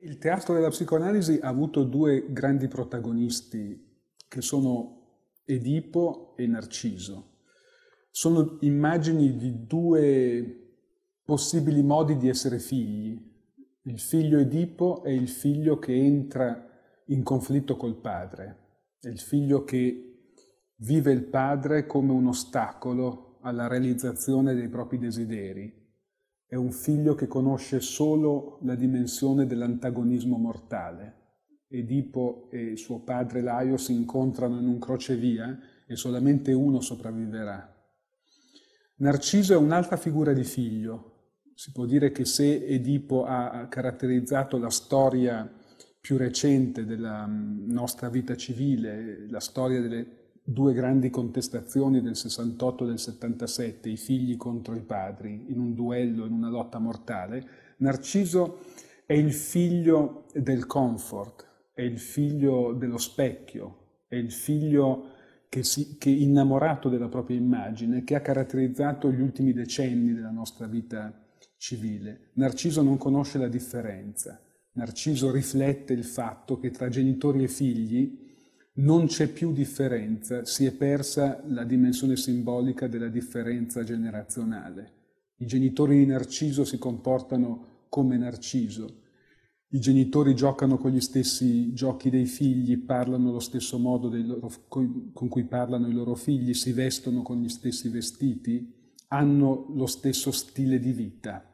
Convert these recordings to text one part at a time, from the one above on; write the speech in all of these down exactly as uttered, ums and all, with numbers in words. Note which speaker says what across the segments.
Speaker 1: Il teatro della psicoanalisi ha avuto due grandi protagonisti che sono Edipo e Narciso. Sono immagini di due possibili modi di essere figli. Il figlio Edipo è il figlio che entra in conflitto col padre, è il figlio che vive il padre come un ostacolo alla realizzazione dei propri desideri. È un figlio che conosce solo la dimensione dell'antagonismo mortale. Edipo e suo padre Laio si incontrano in un crocevia e solamente uno sopravviverà. Narciso è un'altra figura di figlio. Si può dire che se Edipo ha caratterizzato la storia più recente della nostra vita civile, la storia delle due grandi contestazioni del sessantotto e del settantasette, i figli contro i padri, in un duello, in una lotta mortale, Narciso è il figlio del comfort, è il figlio dello specchio, è il figlio che, si, che è innamorato della propria immagine, che ha caratterizzato gli ultimi decenni della nostra vita civile. Narciso non conosce la differenza. Narciso riflette il fatto che tra genitori e figli non c'è più differenza, si è persa la dimensione simbolica della differenza generazionale. I genitori di Narciso si comportano come Narciso, i genitori giocano con gli stessi giochi dei figli, parlano allo stesso modo dei loro, con cui parlano i loro figli, si vestono con gli stessi vestiti, hanno lo stesso stile di vita.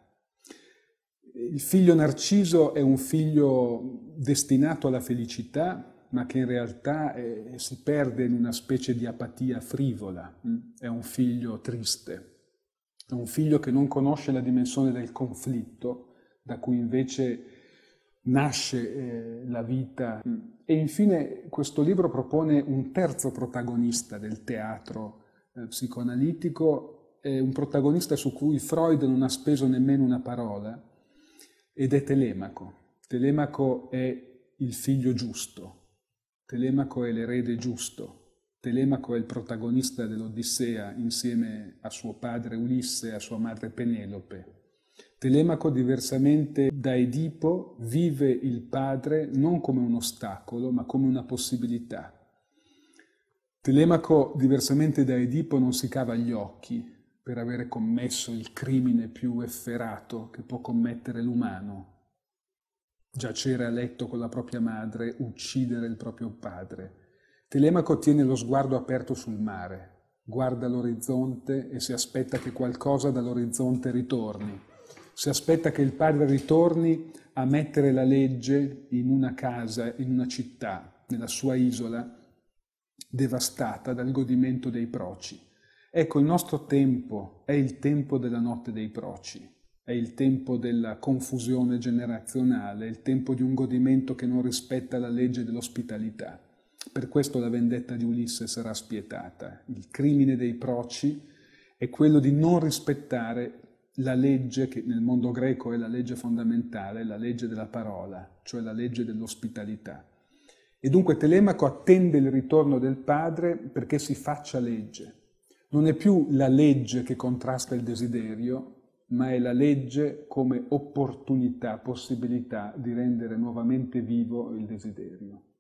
Speaker 1: Il figlio Narciso è un figlio destinato alla felicità, ma che in realtà è, si perde in una specie di apatia frivola. È un figlio triste, è un figlio che non conosce la dimensione del conflitto, da cui invece nasce eh, la vita. E infine questo libro propone un terzo protagonista del teatro eh, psicoanalitico, è un protagonista su cui Freud non ha speso nemmeno una parola, ed è Telemaco. Telemaco è il figlio giusto. Telemaco è l'erede giusto, Telemaco è il protagonista dell'Odissea insieme a suo padre Ulisse e a sua madre Penelope. Telemaco, diversamente da Edipo, vive il padre non come un ostacolo, ma come una possibilità. Telemaco, diversamente da Edipo, non si cava gli occhi per avere commesso il crimine più efferato che può commettere l'umano. Giacere a letto con la propria madre, uccidere il proprio padre. Telemaco tiene lo sguardo aperto sul mare, guarda l'orizzonte e si aspetta che qualcosa dall'orizzonte ritorni. Si aspetta che il padre ritorni a mettere la legge in una casa, in una città, nella sua isola, devastata dal godimento dei proci. Ecco, il nostro tempo è il tempo della notte dei proci. È il tempo della confusione generazionale, è il tempo di un godimento che non rispetta la legge dell'ospitalità. Per questo la vendetta di Ulisse sarà spietata. Il crimine dei proci è quello di non rispettare la legge che nel mondo greco è la legge fondamentale, la legge della parola, cioè la legge dell'ospitalità. E dunque Telemaco attende il ritorno del padre perché si faccia legge. Non è più la legge che contrasta il desiderio, ma è la legge come opportunità, possibilità di rendere nuovamente vivo il desiderio.